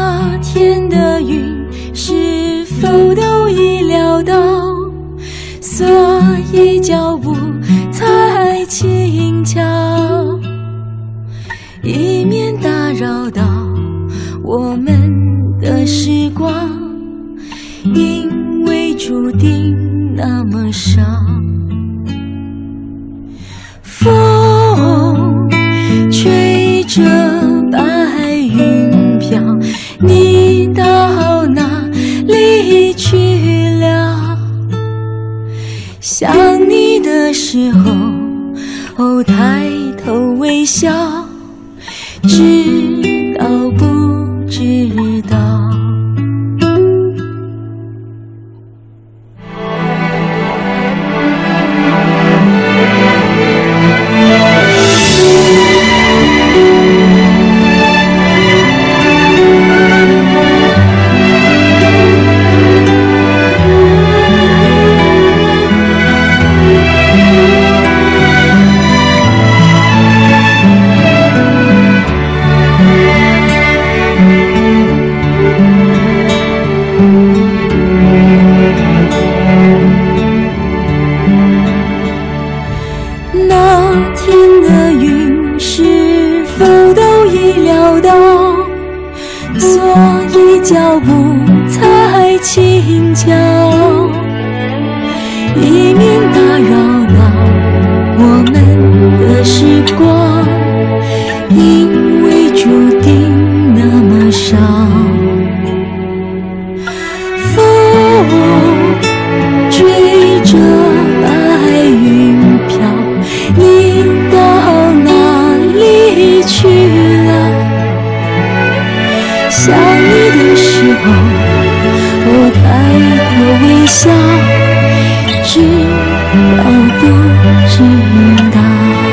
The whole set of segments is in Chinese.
那天的云是否都已料到，所以脚步才轻巧，以免打扰到我们的时光，因为注定那么少。风吹着白云飘，你到哪里去了？想你的时候抬头微笑，知道不知道？脚步才轻巧，以免打扰到我们的时光，因为注定那么少。风追着白云飘，你到哪里去了？想你的时候抬头微笑，知道不知道？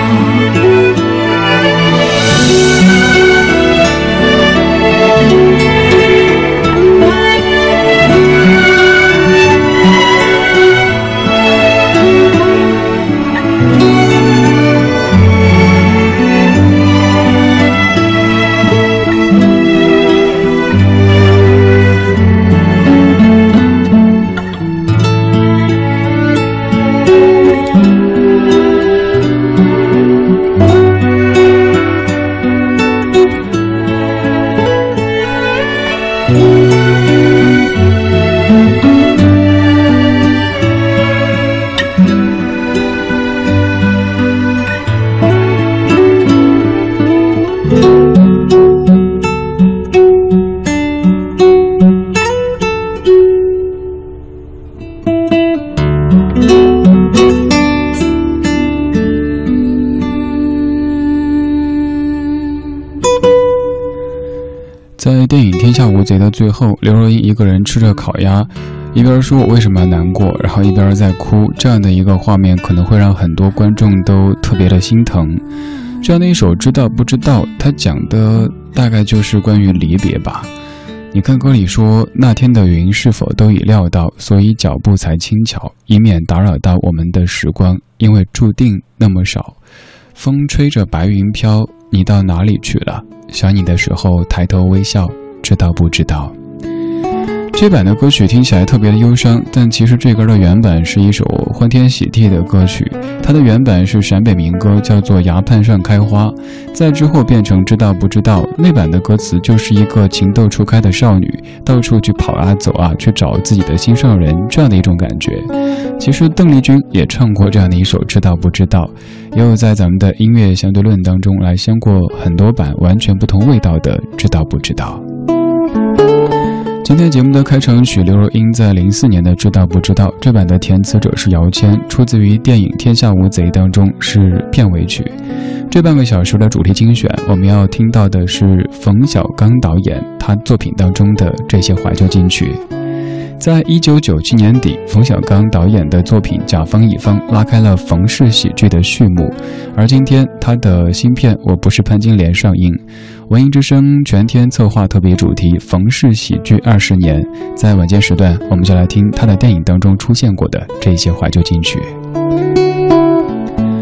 在电影《天下无贼》的最后，刘若英一个人吃着烤鸭，一边说我为什么要难过，然后一边在哭，这样的一个画面可能会让很多观众都特别的心疼。这样的一首知道不知道，它讲的大概就是关于离别吧。你看歌里说，那天的云是否都已料到，所以脚步才轻巧，以免打扰到我们的时光，因为注定那么少。风吹着白云飘，你到哪里去了？想你的时候抬头微笑，知道不知道？这版的歌曲听起来特别的忧伤，但其实这歌的原版是一首欢天喜地的歌曲。它的原版是陕北民歌，叫做《崖畔上开花》，在之后变成知道不知道。那版的歌词就是一个情窦初开的少女，到处去跑啊走啊，去找自己的心上人，这样的一种感觉。其实邓丽君也唱过这样的一首知道不知道，也有在咱们的音乐相对论当中来相过很多版完全不同味道的知道不知道。今天节目的开场曲，刘若英在04年的《知道不知道》，这版的填词者是姚谦，出自于电影《天下无贼》当中，是片尾曲。这半个小时的主题精选，我们要听到的是冯小刚导演他作品当中的这些怀旧金曲。在1997年底，冯小刚导演的作品《甲方乙方》拉开了冯氏喜剧的序幕，而今天他的新片《我不是潘金莲》上映。文艺之声全天策划特别主题冯氏喜剧20年，在晚间时段，我们就来听他的电影当中出现过的这些怀旧金曲。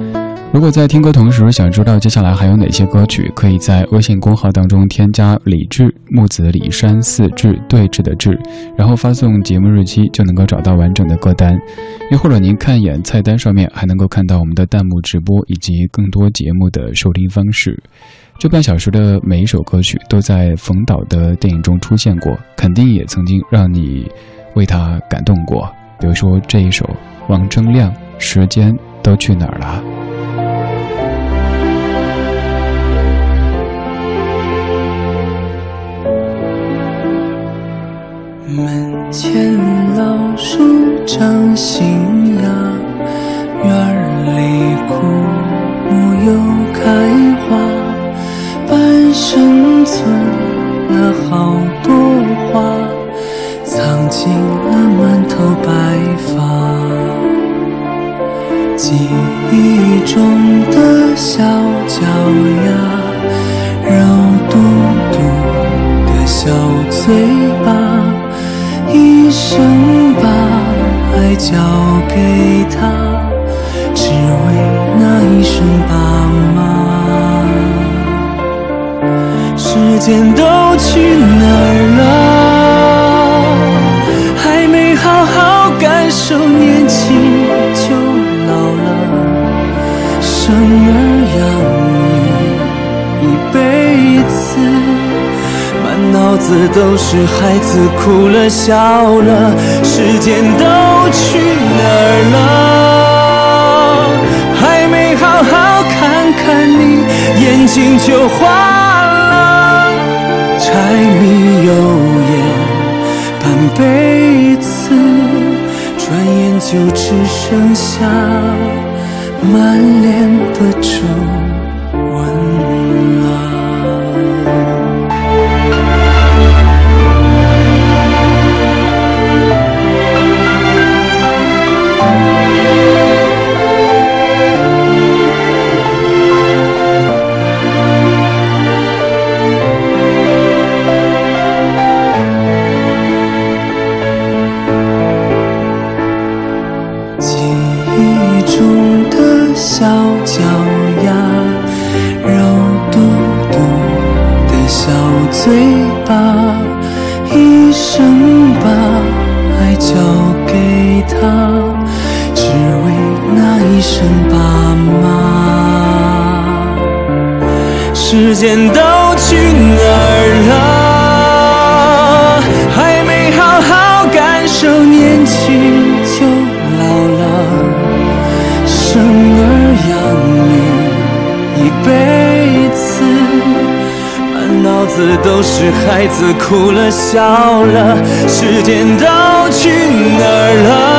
如果在听歌同时想知道接下来还有哪些歌曲，可以在微信公号当中添加李志，木子李山四志对峙的志，然后发送节目日期就能够找到完整的歌单。又或者您看一眼菜单上面还能够看到我们的弹幕直播以及更多节目的收听方式。这半小时的每一首歌曲都在冯导的电影中出现过，肯定也曾经让你为他感动过。比如说这一首王铮亮，时间都去哪儿了。 门前老树长新芽，院里枯木又开花，半生存了好多话，藏进了满头白发。记忆中的小脚丫，肉嘟嘟的小嘴巴，一生把爱交给他，只为那一声爸妈。时间都去哪儿了？还没好好感受年轻就老了，生儿养女一辈子，满脑子都是孩子哭了笑了，时间都去哪儿了？还没好好看看你，眼睛就花了，柴米油盐半辈子，转眼就只剩下满脸的皱纹了。小脚丫，肉嘟嘟的小嘴巴，一生把爱交给他，只为那一声爸妈。时间都去哪儿了？还没好好感受年轻就老了，生儿养女一辈子，满脑子都是孩子哭了笑了，时间都去哪儿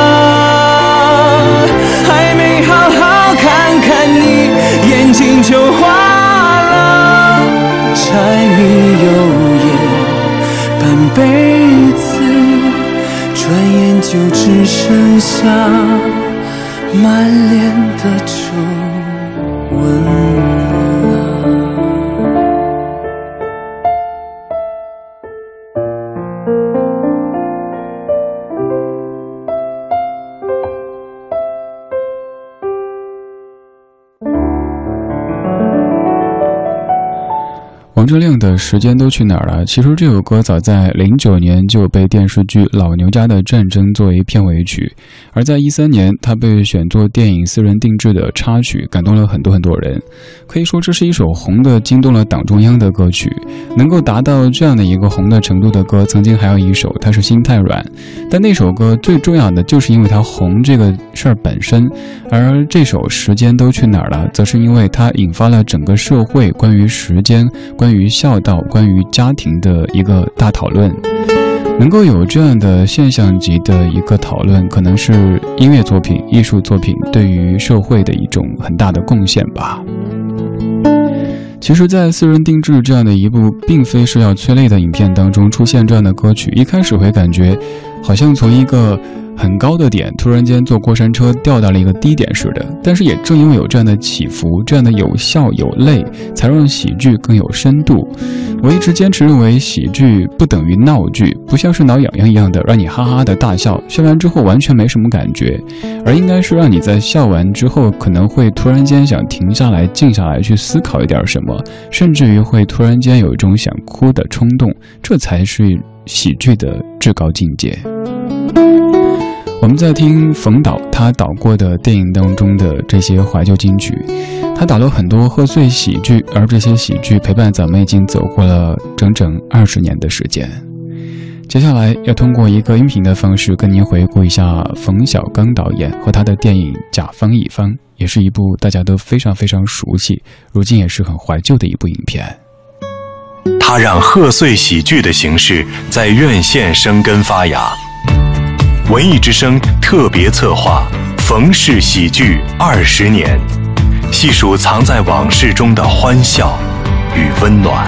了？还没好好看看你，眼睛就花了，柴米油盐半辈子，转眼就只剩下满脸的皱纹了。 王铮亮的时间都去哪儿了？其实这首歌早在09年就被电视剧《老牛家的战争》作为片尾曲，而在13年它被选作电影私人定制的插曲，感动了很多人。可以说这是一首红的惊动了党中央的歌曲。能够达到这样的一个红的程度的歌，曾经还有一首，它是心太软，但那首歌最重要的就是因为它红这个事儿本身，而这首时间都去哪儿了，则是因为它引发了整个社会关于时间、关于孝道、关于家庭的一个大讨论。能够有这样的现象级的一个讨论，可能是音乐作品、艺术作品对于社会的一种很大的贡献吧。其实在私人定制这样的一部并非是要催泪的影片当中出现这样的歌曲，一开始会感觉好像从一个很高的点突然间坐过山车掉到了一个低点似的。但是也正因为有这样的起伏，这样的有笑有泪，才让喜剧更有深度。我一直坚持认为喜剧不等于闹剧，不像是挠痒痒一样的让你哈哈的大笑，笑完之后完全没什么感觉，而应该是让你在笑完之后可能会突然间想停下来静下来去思考一点什么，甚至于会突然间有一种想哭的冲动，这才是喜剧的至高境界。我们在听冯导他导过的电影当中的这些怀旧金曲，他导了很多贺岁喜剧，而这些喜剧陪伴咱们已经走过了整整20年的时间。接下来要通过一个音频的方式跟您回顾一下冯小刚导演和他的电影《甲方乙方》，也是一部大家都非常非常熟悉，如今也是很怀旧的一部影片。 他让贺岁喜剧的形式在院线生根发芽。文艺之声特别策划冯氏喜剧20年，细数藏在往事中的欢笑与温暖。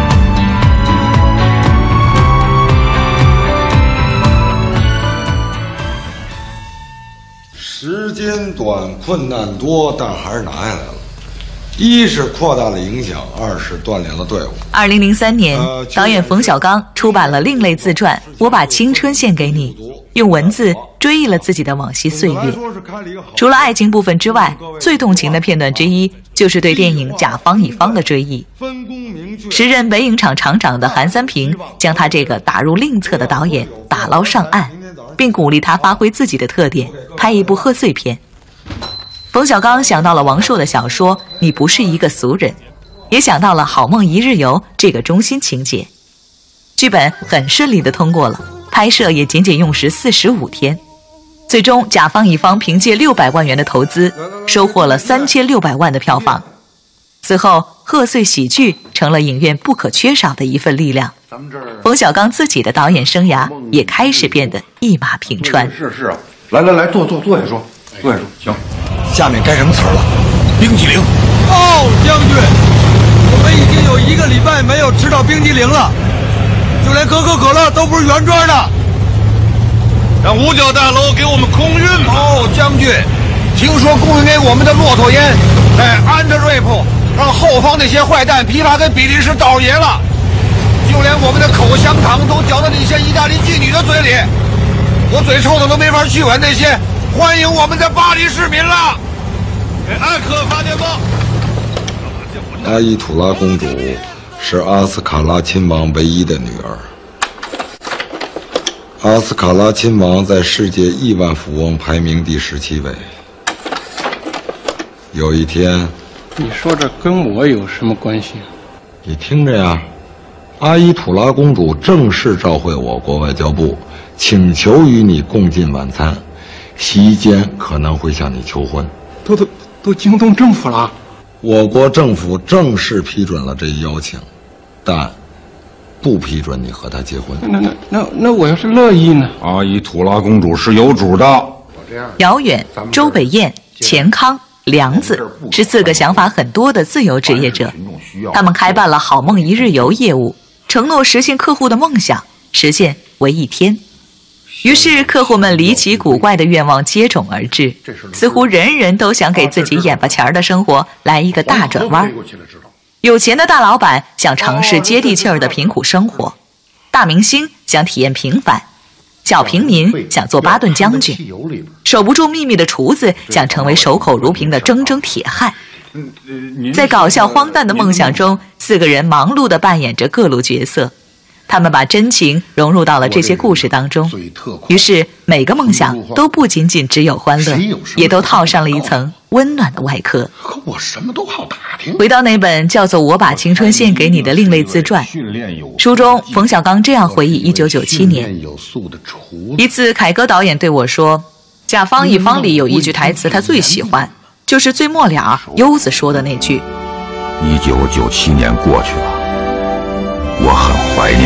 时间短，困难多，但还是拿下来了。一是扩大了影响，二是锻炼了队伍。 2003年，导演冯小刚出版了另类自传《我把青春献给你》，用文字追忆了自己的往昔岁月。除了爱情部分之外，最动情的片段之一就是对电影《甲方乙方》的追忆。时任北影厂厂长的韩三平将他这个打入另册的导演打捞上岸，并鼓励他发挥自己的特点，拍一部贺岁片。冯小刚想到了王朔的小说《你不是一个俗人》，也想到了《好梦一日游》这个中心情节。剧本很顺利地通过了，拍摄也仅仅用时45天。最终甲方乙方凭借600万元的投资，收获了3600万的票房。此后贺岁喜剧成了影院不可缺少的一份力量，冯小刚自己的导演生涯也开始变得一马平川。 是啊，来，坐下说，行。 下面该什么词儿了？ 冰激凌。 将军，我们已经有1个礼拜没有吃到冰激凌了，就连可口可乐都不是原装的。 让五角大楼给我们空运吧。 将军，听说供应给我们的骆驼烟在安德瑞普让后方那些坏蛋批发给比利时倒爷了，就连我们的口香糖都嚼到那些意大利妓女的嘴里，我嘴臭的都没法去吻那些欢迎我们的巴黎市民了。 给艾克发电报。 阿依图拉公主是阿斯卡拉亲王唯一的女儿。阿斯卡拉亲王在世界亿万富翁排名第17位。有一天， 你说这跟我有什么关系？ 你听着呀，阿依图拉公主正式召会我国外交部，请求与你共进晚餐，席间可能会向你求婚。 都惊动政府了？ 我国政府正式批准了这一邀请，但不批准你和他结婚。 那我要是乐意呢？ 阿依图拉公主是有主的。 姚远、周北燕、钱康、梁子是4个想法很多的自由职业者，他们开办了好梦一日游业务，承诺实现客户的梦想，实现为1天。于是客户们离奇古怪的愿望接踵而至，似乎人人都想给自己眼巴前的生活来一个大转弯。有钱的大老板想尝试接地气儿的贫苦生活，大明星想体验平凡，小平民想做巴顿将军，守不住秘密的厨子想成为守口如瓶的铮铮铁汉。在搞笑荒诞的梦想中，4个人忙碌地扮演着各路角色，他们把真情融入到了这些故事当中，于是每个梦想都不仅仅只有欢乐，也都套上了一层温暖的外壳。 可我什么都好打听。 回到那本叫做《我把青春献给你》的另类自传，书中冯小刚这样回忆1997年，一次凯歌导演对我说，甲方乙方里有一句台词他最喜欢，就是最末了优子说的那句 1997年过去了，我很怀念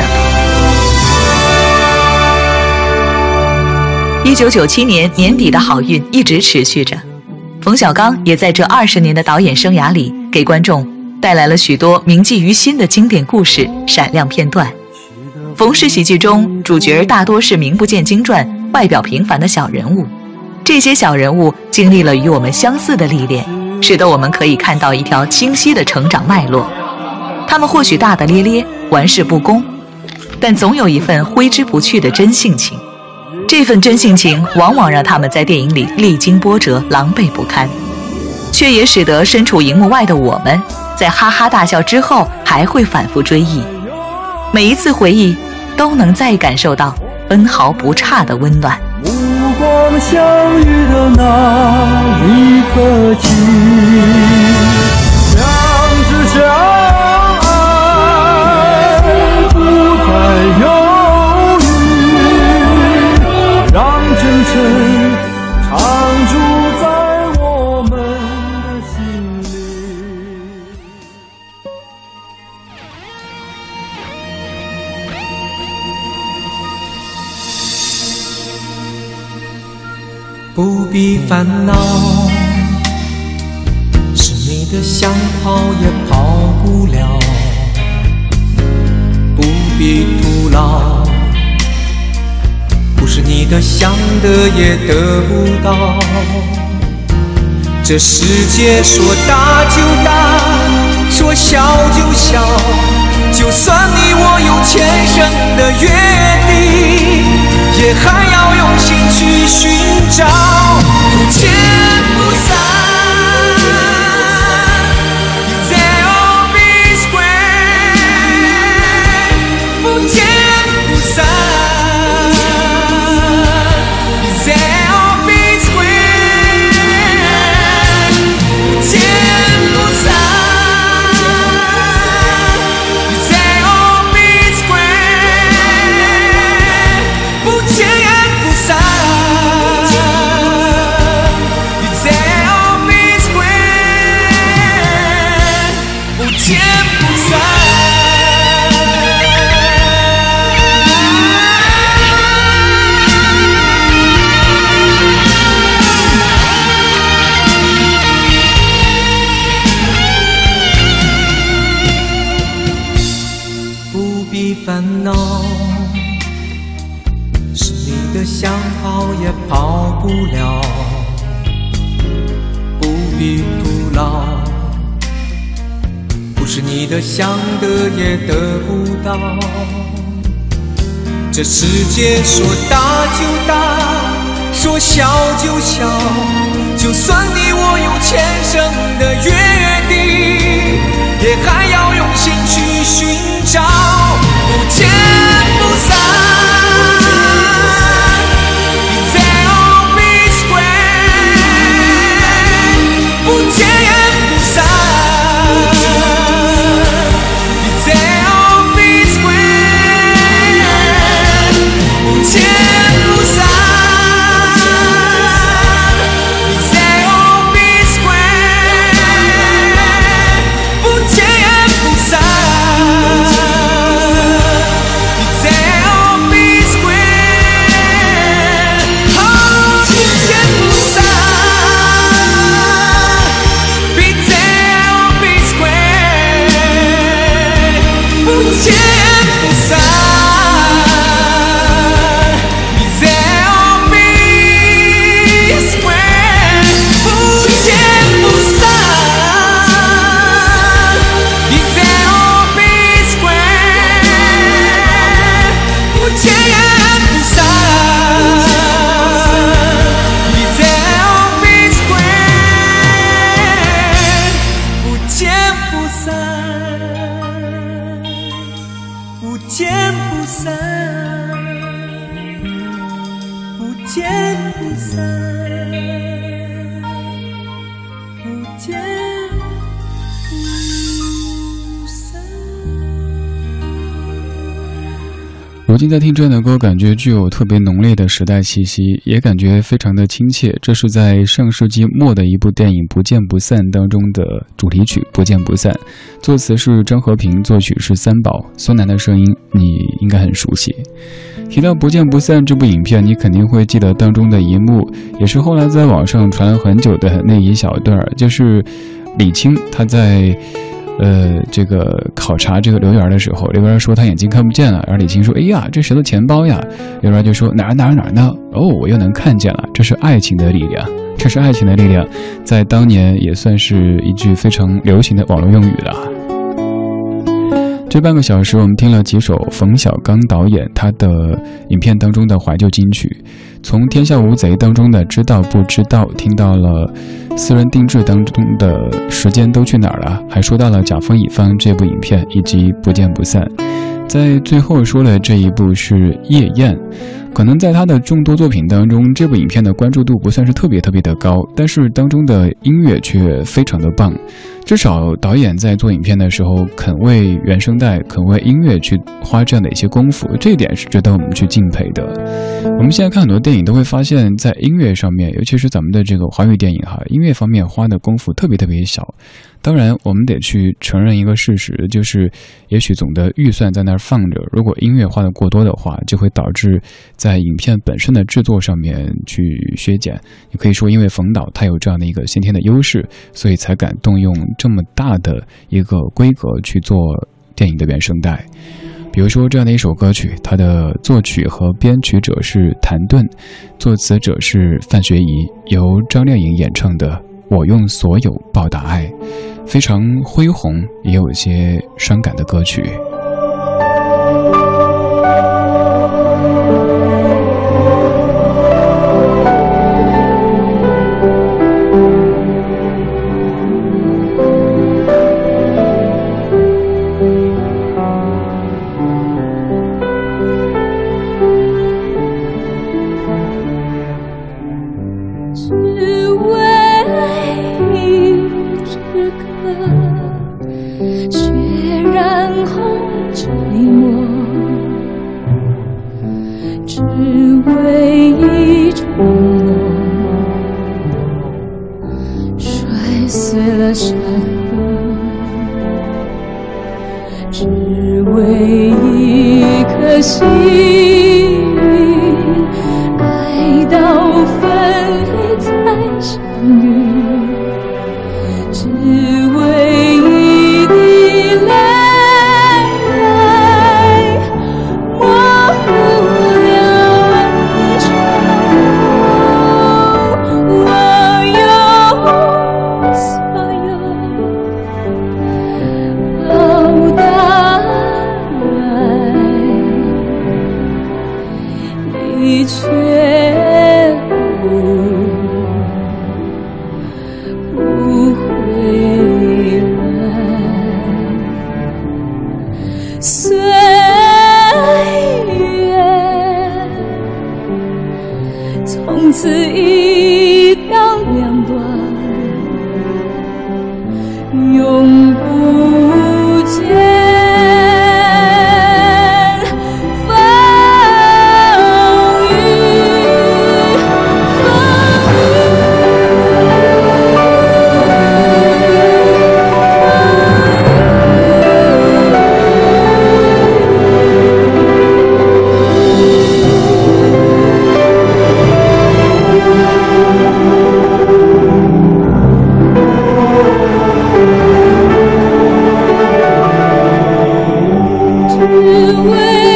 他。 1997年年底的好运一直持续着，冯小刚也在这20年的导演生涯里，给观众带来了许多铭记于心的经典故事、闪亮片段。冯氏喜剧中，主角大多是名不见经传、 外表平凡的小人物。这些小人物经历了与我们相似的历练，使得我们可以看到一条清晰的成长脉络。他们或许大大咧咧，玩世不恭，但总有一份挥之不去的真性情。这份真性情往往让他们在电影里历经波折，狼狈不堪，却也使得身处荧幕外的我们在哈哈大笑之后还会反复追忆，每一次回忆都能再感受到分毫不差的温暖。 目光相遇的那一刻起，相知相爱不再犹豫，让真诚常驻在我们的心里。 不必烦恼，是你的想跑也跑不了，不必徒劳，不是你的想得也得不到。这世界说大就大，说小就小，就算你我有前生的约定，也还要用心去寻找，不见不散。There will be square， 不见不散。There will be square， 不见不散。There will be square， 不见不散。不必烦恼，是你的想跑也跑不了，不必徒劳，不是你的想得也得不到。这世界说大就大，说小就小，就算你我有前生的约定，也还要用心去寻找，不见不散。There will be square， 不见不散。There will be square， 不见不散。There will be square， 不见不散。 如今在听这样的歌，感觉具有特别浓烈的时代气息，也感觉非常的亲切。这是在上世纪末的一部电影《不见不散》当中的主题曲《不见不散》，作词是张和平，作曲是三宝，孙楠的声音你应该很熟悉。提到《不见不散》这部影片，你肯定会记得当中的一幕，也是后来在网上传了很久的那一小段，就是李菁他在这个考察这个刘源的时候，刘源说他眼睛看不见了，然后李菁说：“哎呀，这谁的钱包呀？”刘源就说：“哪儿呢？哦，我又能看见了，这是爱情的力量。”这是爱情的力量，在当年也算是一句非常流行的网络用语了。这半个小时我们听了几首冯小刚导演他的影片当中的怀旧金曲，从《天下无贼》当中的知道不知道，听到了私人定制当中的时间都去哪儿了，还说到了甲方乙方这部影片以及不见不散。在最后说了这一部是夜宴，可能在他的众多作品当中，这部影片的关注度不算是特别的高，但是当中的音乐却非常的棒。至少导演在做影片的时候肯为原声带肯为音乐去花这样的一些功夫，这一点是值得我们去敬佩的。我们现在看很多电影都会发现，在音乐上面，尤其是咱们的这个华语电影音乐方面花的功夫特别小。当然我们得去承认一个事实，就是也许总的预算在那儿放着，如果音乐花的过多的话，就会导致在影片本身的制作上面去削减。也可以说因为冯导他有这样的一个先天的优势，所以才敢动用这么大的一个规格去做电影的原声带。比如说这样的一首歌曲，它的作曲和编曲者是谭盾，作词者是范学宜，由张靓颖演唱的《我用所有报答爱》，非常恢宏也有一些伤感的歌曲。 只为